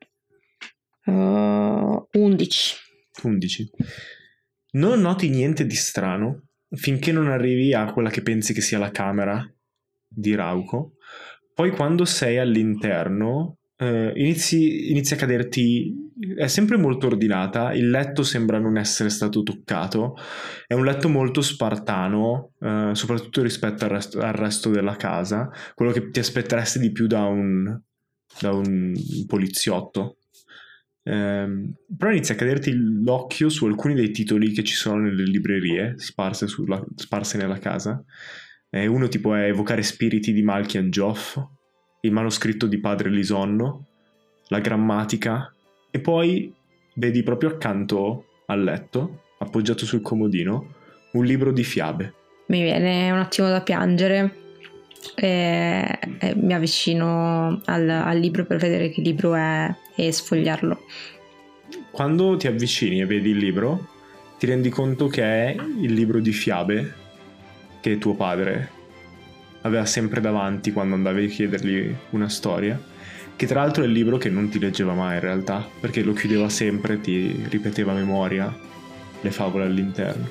11. 11. Non noti niente di strano finché non arrivi a quella che pensi che sia la camera di Rauco. Poi quando sei all'interno inizi a caderti. È sempre molto ordinata, il letto sembra non essere stato toccato, è un letto molto spartano, soprattutto rispetto al resto della casa, quello che ti aspetteresti di più da un poliziotto. Però inizia a caderti l'occhio su alcuni dei titoli che ci sono nelle librerie sparse nella casa. Uno tipo è Evocare spiriti di Malkian Joff, il manoscritto di Padre Lisonno, la grammatica, e poi vedi proprio accanto al letto, appoggiato sul comodino, un libro di fiabe. Mi viene un attimo da piangere e mi avvicino al libro per vedere che libro è e sfogliarlo. Quando ti avvicini e vedi il libro, ti rendi conto che è il libro di fiabe che tuo padre aveva sempre davanti quando andavi a chiedergli una storia, che tra l'altro è il libro che non ti leggeva mai in realtà, perché lo chiudeva sempre, ti ripeteva a memoria le favole all'interno.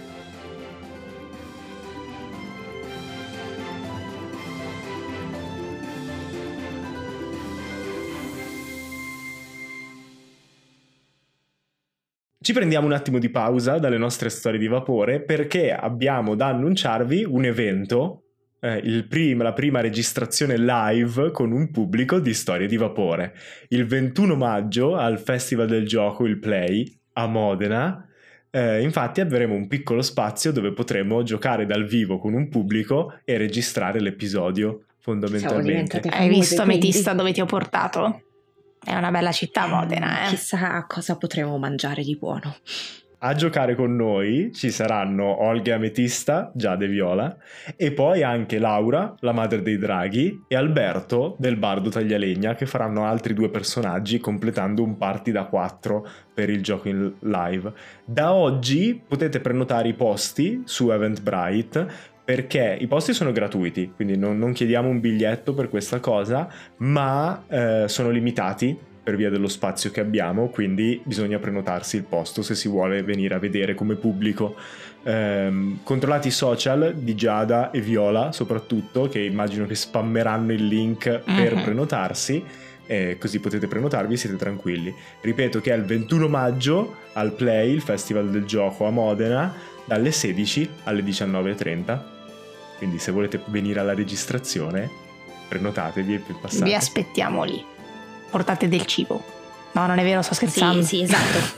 Ci prendiamo un attimo di pausa dalle nostre storie di vapore, perché abbiamo da annunciarvi un evento, la prima registrazione live con un pubblico di Storie di Vapore. Il 21 maggio al Festival del Gioco, il Play, a Modena. Infatti avremo un piccolo spazio dove potremo giocare dal vivo con un pubblico e registrare l'episodio, fondamentalmente. Hai visto, Ametista, dove ti ho portato? È una bella città, Modena, Chissà cosa potremo mangiare di buono. A giocare con noi ci saranno Olga e Ametista, Giade e Viola, e poi anche Laura, la madre dei draghi, e Alberto del Bardo Taglialegna, che faranno altri 2 personaggi, completando un party da 4 per il gioco in live. Da oggi potete prenotare i posti su Eventbrite, perché i posti sono gratuiti, quindi non chiediamo un biglietto per questa cosa, ma sono limitati, per via dello spazio che abbiamo, quindi bisogna prenotarsi il posto se si vuole venire a vedere come pubblico. Controllate i social di Giada e Viola soprattutto, che immagino che spammeranno il link per prenotarsi, così potete prenotarvi e siete tranquilli. Ripeto che è il 21 maggio al Play, il Festival del Gioco a Modena, dalle 16 alle 19:30, quindi se volete venire alla registrazione prenotatevi e passate. Vi aspettiamo lì, portate del cibo. No, non è vero, sto scherzando. Sì, esatto.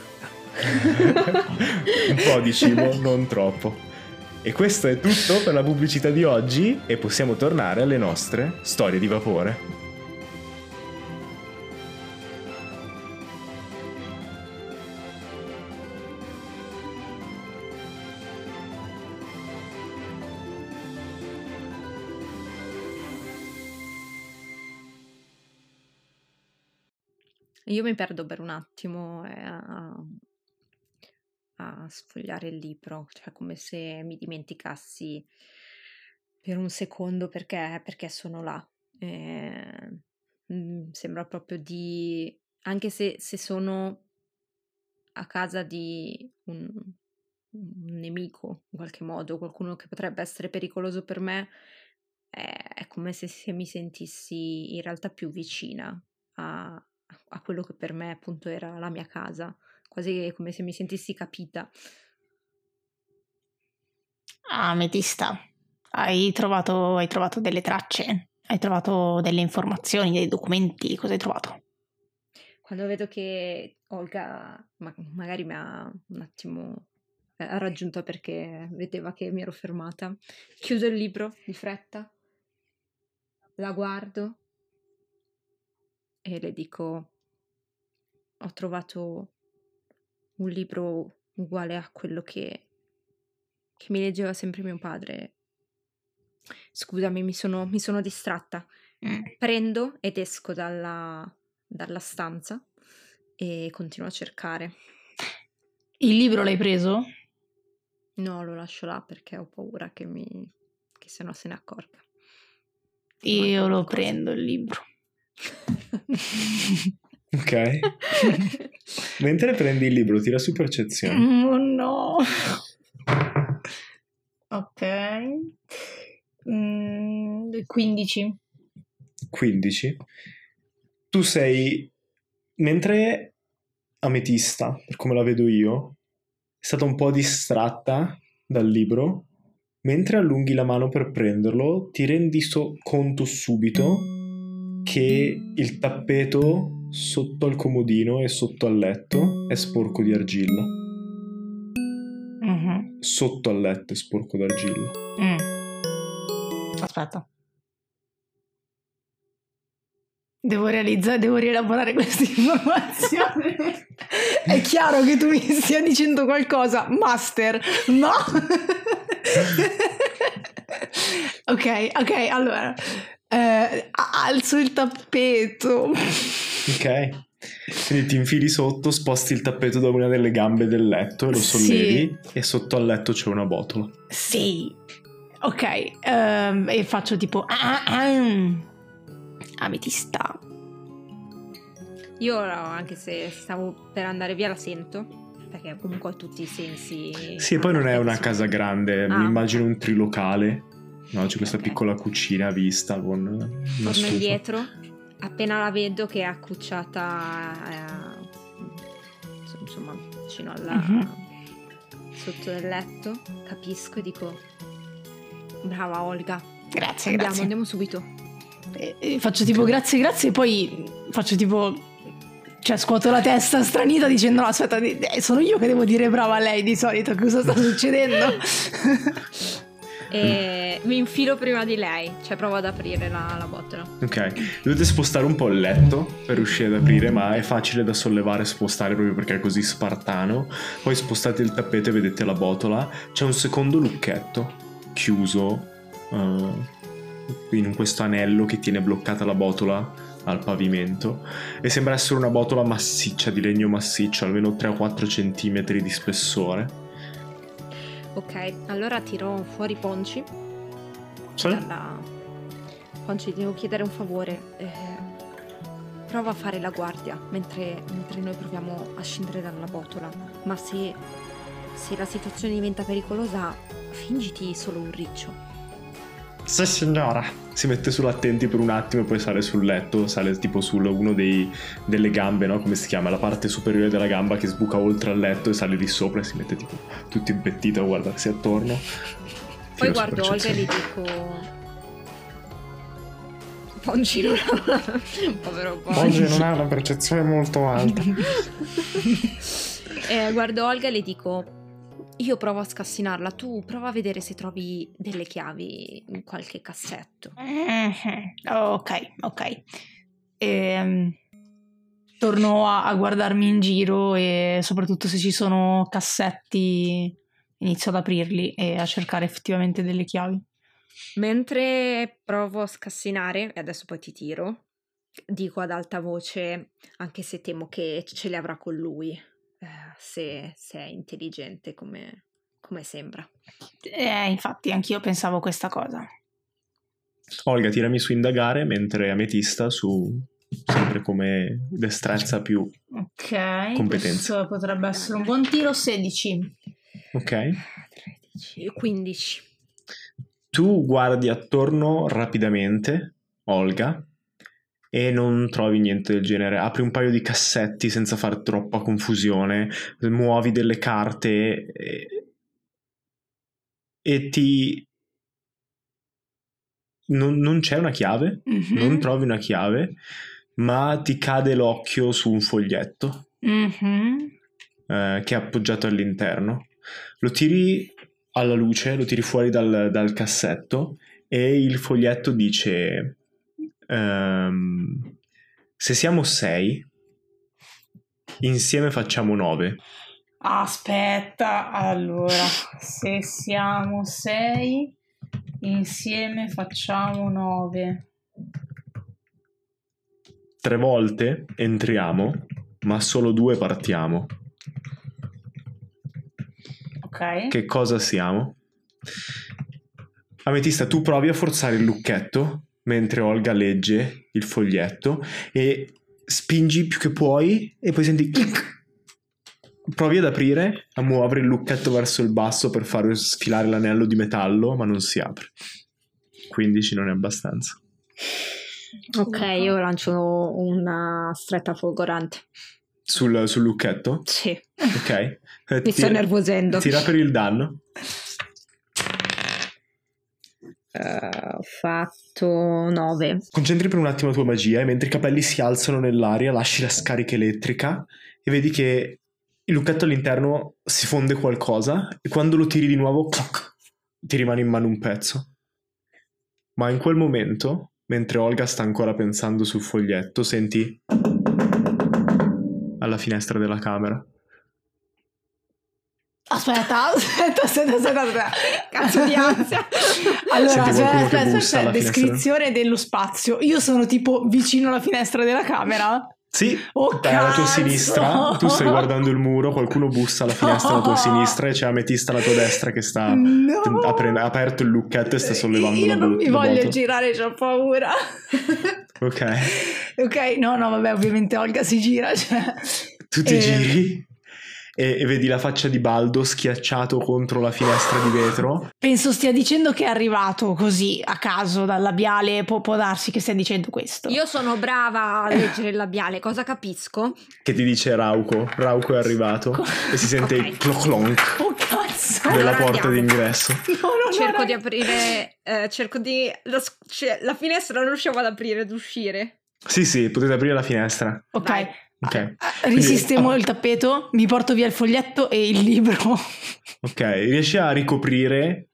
Un po' di cibo, non troppo. E questo è tutto per la pubblicità di oggi e possiamo tornare alle nostre storie di vapore. Io mi perdo per un attimo a sfogliare il libro, cioè come se mi dimenticassi per un secondo perché sono là. Sembra proprio di... anche se sono a casa di un nemico, in qualche modo, qualcuno che potrebbe essere pericoloso per me, è come se mi sentissi in realtà più vicina a quello che per me appunto era la mia casa, quasi come se mi sentissi capita. Ametista, hai trovato delle tracce? Hai trovato delle informazioni, dei documenti? Cosa hai trovato? Quando vedo che Olga magari mi ha un attimo raggiunto perché vedeva che mi ero fermata, chiudo il libro di fretta, la guardo e le dico: ho trovato un libro uguale a quello che mi leggeva sempre mio padre. Scusami, mi sono distratta. Prendo ed esco dalla stanza e continuo a cercare. Il libro l'hai preso? No, lo lascio là perché ho paura che se no se ne accorga. Io lo prendo il libro. Ok. Mentre prendi il libro, tira su percezione. Oh no. Ok. 15. 15. Tu sei... Mentre Ametista, per come la vedo io, è stata un po' distratta dal libro, mentre allunghi la mano per prenderlo, ti rendi conto subito che il tappeto sotto al comodino e sotto al letto è sporco di argilla. Sotto al letto è sporco d'argilla. Aspetta. Devo rielaborare questa informazione. È chiaro che tu mi stia dicendo qualcosa, Master, no? Ok, allora. Alzo il tappeto. Ok. Quindi ti infili sotto, sposti il tappeto da una delle gambe del letto e lo sollevi, e sotto al letto c'è una botola. Sì. Ok, e faccio tipo Ametista. Io anche se stavo per andare via la sento, perché comunque ho tutti i sensi. Sì, e poi non è una casa grande, mi immagino un trilocale. No, c'è questa piccola cucina a vista con una torno stufa. indietro, appena la vedo che è accucciata insomma vicino alla sotto del letto, capisco e dico: brava Olga, Grazie. andiamo subito. Faccio tipo grazie e poi faccio tipo, cioè scuoto la testa stranita dicendo: no, aspetta, sono io che devo dire brava a lei di solito, cosa sta succedendo? E mi infilo prima di lei, cioè provo ad aprire la botola. Ok, dovete spostare un po' il letto per riuscire ad aprire, ma è facile da sollevare e spostare proprio perché è così spartano. Poi spostate il tappeto e vedete la botola. C'è un secondo lucchetto chiuso in questo anello che tiene bloccata la botola al pavimento, e sembra essere una botola massiccia, di legno massiccio, almeno 3 o 4 centimetri di spessore. Ok, allora tiro fuori Ponci. Sì? Ponci, devo chiedere un favore. prova a fare la guardia mentre noi proviamo a scendere dalla botola, ma se la situazione diventa pericolosa, fingiti solo un riccio. Sì, signora. Si mette sull'attenti per un attimo e poi sale sul letto, sale tipo su uno delle gambe, no? Come si chiama? La parte superiore della gamba che sbuca oltre al letto e sale lì sopra e si mette tipo tutto impettito a guardarsi attorno. Poi guardo Olga e gli dico: Pongi non ha... povero Pongi non ha una percezione molto alta. Guardo Olga e le dico: io provo a scassinarla, tu prova a vedere se trovi delle chiavi in qualche cassetto. Ok. Torno a guardarmi in giro e soprattutto se ci sono cassetti inizio ad aprirli e a cercare effettivamente delle chiavi. Mentre provo a scassinare, e adesso poi ti tiro, dico ad alta voce, anche se temo che ce le avrà con lui, se è intelligente come sembra. Infatti anch'io pensavo questa cosa. Olga, tirami su indagare, mentre Ametista su sempre come destrezza più competenza. Questo potrebbe essere un buon tiro. 16. Ok. 13, 15. Tu guardi attorno rapidamente, Olga, e non trovi niente del genere. Apri un paio di cassetti senza fare troppa confusione, muovi delle carte e ti... Non c'è una chiave, non trovi una chiave, ma ti cade l'occhio su un foglietto che è appoggiato all'interno. Lo tiri alla luce, lo tiri fuori dal cassetto e il foglietto dice: se siamo 6, insieme facciamo 9. Aspetta, allora, se siamo 6, insieme facciamo 9. 3 volte entriamo, ma solo 2 partiamo. Ok. Che cosa siamo? Ametista, tu provi a forzare il lucchetto mentre Olga legge il foglietto e spingi più che puoi e poi senti clic. Provi ad aprire, a muovere il lucchetto verso il basso per far sfilare l'anello di metallo, ma non si apre. 15 non è abbastanza. Ok, io lancio una stretta folgorante. Sul lucchetto? Sì. Ok. Mi sto nervosendo. Tira per il danno. Ho fatto 9. Concentri per un attimo la tua magia e mentre i capelli si alzano nell'aria lasci la scarica elettrica e vedi che il lucchetto all'interno si fonde qualcosa e quando lo tiri di nuovo ti rimane in mano un pezzo. Ma in quel momento, mentre Olga sta ancora pensando sul foglietto, senti alla finestra della camera. Aspetta. Cazzo di ansia. Allora, Senti qualcuno che bussa aspetta, alla descrizione dello spazio. Io sono tipo vicino alla finestra della camera. Sì, Oh, alla tua cazzo! sinistra, tu stai guardando il muro, qualcuno bussa alla finestra alla tua sinistra e c'è Ametista alla tua destra che sta ha aperto il lucchetto e sta sollevando Io la non mi voglio botola. girare, c'ho paura. Ok. No, vabbè, ovviamente Olga si gira, cioè. Tu ti giri e vedi la faccia di Baldo schiacciato contro la finestra di vetro. Penso stia dicendo che è arrivato così a caso dal labiale, può darsi che stia dicendo questo. Io sono brava a leggere il labiale, cosa capisco? Che ti dice Rauco è arrivato e si sente il clonk Oh cazzo! della Allora porta andiamo. d'ingresso. Cerco di aprire, la finestra non riusciamo ad aprire ed uscire. Sì, potete aprire la finestra. Ok. Vai. Ok. Risistemo il tappeto, mi porto via il foglietto e il libro. Ok, riesci a ricoprire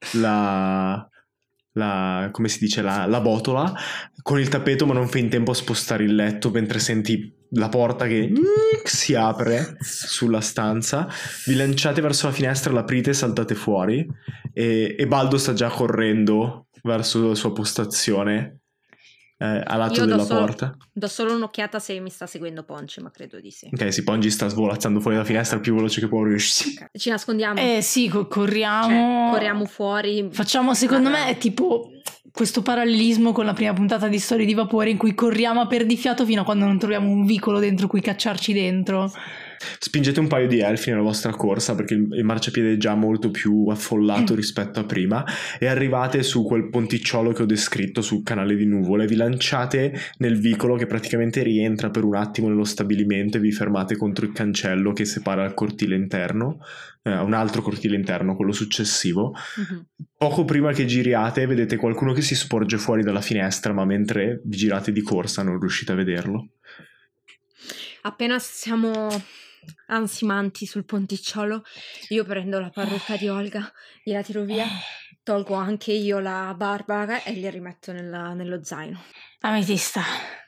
come si dice, la botola con il tappeto, ma non fai in tempo a spostare il letto mentre senti la porta che si apre sulla stanza. Vi lanciate verso la finestra, l'aprite e saltate fuori e Baldo sta già correndo verso la sua postazione a lato della porta. Do solo un'occhiata se mi sta seguendo Ponce, ma credo di sì. Ok, sì, Pongi sta svolazzando fuori dalla finestra il più veloce che può riuscire. Okay. Ci nascondiamo? Sì, corriamo. Cioè, corriamo fuori. Facciamo, secondo me, è tipo questo parallelismo con la prima puntata di Storie di Vapore in cui corriamo a perdifiato fino a quando non troviamo un vicolo dentro cui cacciarci dentro. Spingete un paio di elfi nella vostra corsa perché il marciapiede è già molto più affollato rispetto a prima e arrivate su quel ponticciolo che ho descritto sul canale di nuvole, vi lanciate nel vicolo che praticamente rientra per un attimo nello stabilimento e vi fermate contro il cancello che separa il cortile interno, un altro cortile interno, quello successivo. Poco prima che giriate vedete qualcuno che si sporge fuori dalla finestra, ma mentre vi girate di corsa non riuscite a vederlo. Appena siamo ansimanti sul ponticciolo, io prendo la parrucca di Olga, gliela tiro via, tolgo anche io la barba e li rimetto nello zaino. Ametista,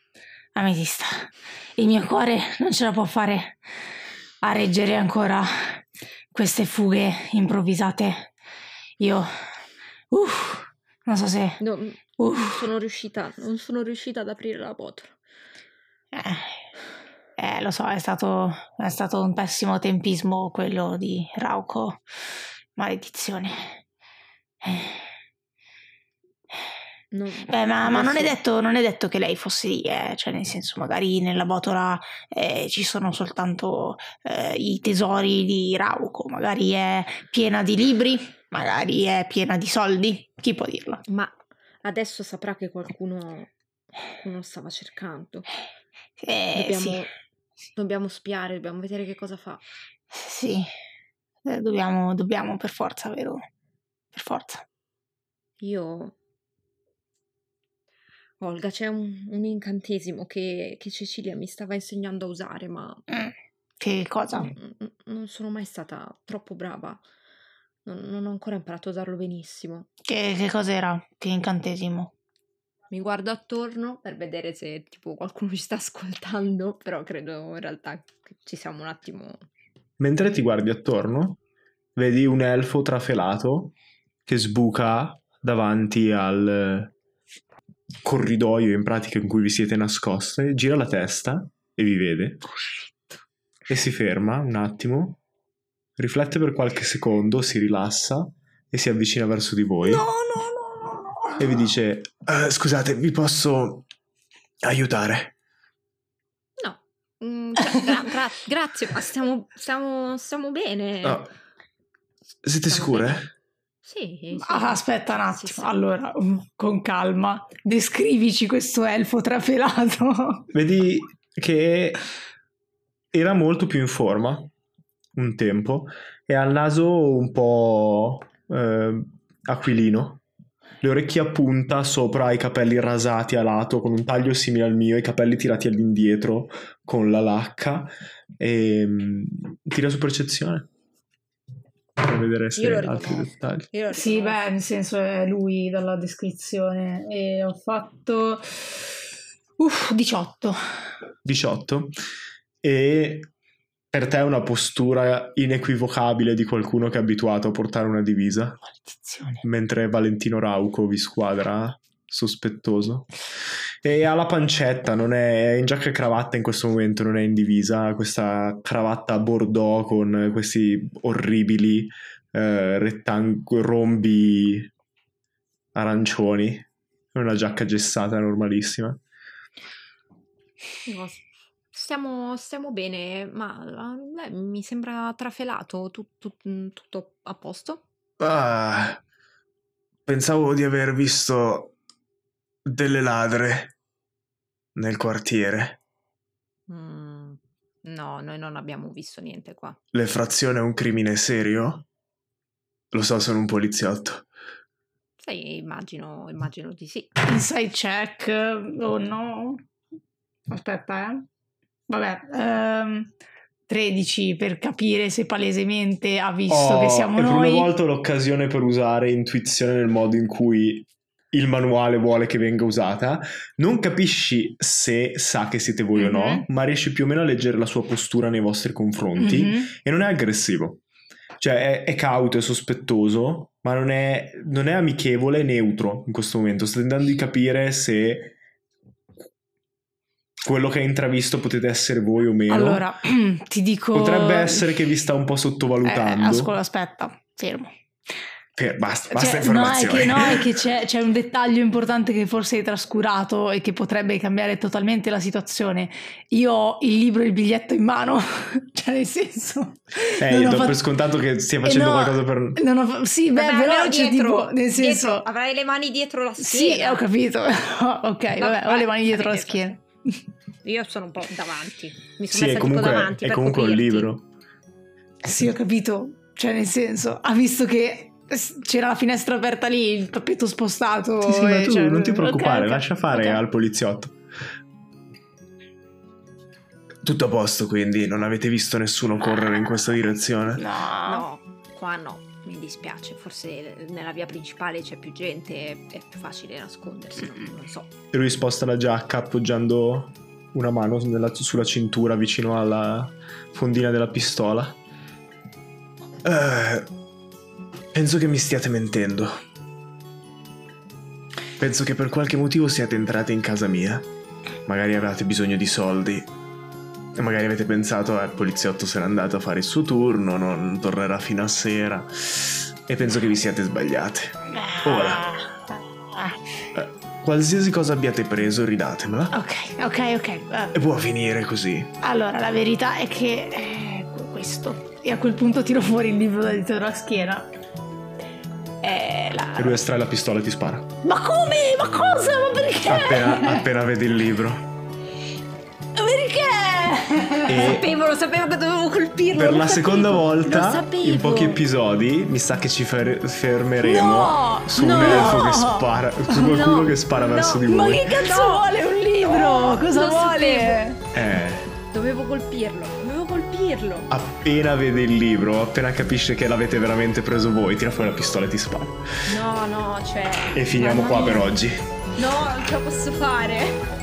il mio cuore non ce la può fare a reggere ancora queste fughe improvvisate. Io non so se non sono riuscita ad aprire la botola. Lo so, è stato un pessimo tempismo quello di Rauco. Maledizione. Ma non è detto che lei fosse lì, cioè nel senso magari nella botola ci sono soltanto i tesori di Rauco, magari è piena di libri, magari è piena di soldi, chi può dirlo? Ma adesso saprà che qualcuno stava cercando. Dobbiamo spiare, dobbiamo vedere che cosa fa. Sì, dobbiamo per forza, vero? Per forza. Olga, c'è un incantesimo che Cecilia mi stava insegnando a usare, ma... Che cosa? Non sono mai stata troppo brava. Non ho ancora imparato a usarlo benissimo. Che cos'era? Che incantesimo? Mi guardo attorno per vedere se tipo qualcuno ci sta ascoltando, però credo in realtà che ci siamo un attimo... Mentre ti guardi attorno, vedi un elfo trafelato che sbuca davanti al corridoio in pratica in cui vi siete nascoste, gira la testa e vi vede e si ferma un attimo, riflette per qualche secondo, si rilassa e si avvicina verso di voi. No. E vi dice: scusate, vi posso aiutare? No, grazie, ma stiamo bene. Oh. Siete sicure? Bene. Sì. Aspetta un attimo, Sì. Allora, con calma, descrivici questo elfo trafelato. Vedi che era molto più in forma un tempo e ha il naso un po' aquilino, le orecchie a punta, sopra i capelli rasati a lato con un taglio simile al mio, i capelli tirati all'indietro con la lacca. E tira su percezione per vedere se altri dettagli. Sì, beh, nel senso è lui dalla descrizione. E ho fatto 18. E per te è una postura inequivocabile di qualcuno che è abituato a portare una divisa. Maledizione. Mentre Valentino Rauco vi squadra sospettoso. E ha la pancetta, non è in giacca e cravatta in questo momento, non è in divisa, questa cravatta a bordeaux con questi orribili rombi arancioni, è una giacca gessata normalissima. Stiamo bene, ma mi sembra trafelato, tutto a posto? Pensavo di aver visto delle ladre nel quartiere. No, noi non abbiamo visto niente qua. L'effrazione è un crimine serio? Lo so, sono un poliziotto. Sì, immagino di sì. Inside check o no? Aspetta, Vabbè, 13 per capire se palesemente ha visto che siamo e noi. per una volta ho l'occasione per usare intuizione nel modo in cui il manuale vuole che venga usata. Non capisci se sa che siete voi o no, ma riesci più o meno a leggere la sua postura nei vostri confronti e non è aggressivo. Cioè è cauto, è sospettoso, ma non è amichevole, è neutro in questo momento. Sta tentando di capire se quello che hai intravisto potete essere voi o meno. Allora, ti dico... Potrebbe essere che vi sta un po' sottovalutando. Aspetta, fermo. Basta Cioè, informazioni. no, è che c'è un dettaglio importante che forse hai trascurato e che potrebbe cambiare totalmente la situazione. Io ho il libro e il biglietto in mano, cioè nel senso... Io do per scontato che stia facendo qualcosa per... Sì, beh, Vabbè, però almeno c'è dietro, tipo, nel senso... dietro, avrai le mani dietro la schiena. Sì, ho capito. Ok, vabbè, ho le mani dietro la schiena. Io sono un po' davanti. Mi Sì, sono è messa comunque, tipo davanti è per comunque un coprirti. libro. Sì, ho capito. Cioè, nel senso, ha visto che c'era la finestra aperta lì, il tappeto spostato. Sì, ma tu cioè, non ti preoccupare, ok, lascia fare ok. al poliziotto. Tutto a posto, quindi non avete visto nessuno correre in questa direzione? No. No, qua no, mi dispiace. Forse nella via principale c'è più gente, è più facile nascondersi, non so. E lui sposta la giacca appoggiando una mano sulla cintura vicino alla fondina della pistola. Penso che mi stiate mentendo. Penso che per qualche motivo siate entrati in casa mia. Magari avevate bisogno di soldi. E magari avete pensato, il poliziotto se n'è andato a fare il suo turno, non tornerà fino a sera. E penso che vi siate sbagliate. Ora, qualsiasi cosa abbiate preso, ridatemela. Ok. E può finire così. Allora, la verità è che questo. E a quel punto tiro fuori il libro da dietro la schiena. E lui estrae la pistola e ti spara. Ma come? Ma cosa? Ma perché? Appena vedi il libro. Perché? Lo sapevo che dovevo colpirlo. Per la seconda lo volta, sapevo. in pochi episodi, mi sa che ci fermeremo No, su un no. elfo che spara, su qualcuno che spara verso di Ma voi. che cazzo vuole un libro? Cosa lo vuole? Dovevo colpirlo. Appena vede il libro, appena capisce che l'avete veramente preso voi, tira fuori la pistola e ti spara. No, cioè... E finiamo mamma qua mia. per oggi. No, non ce la posso fare.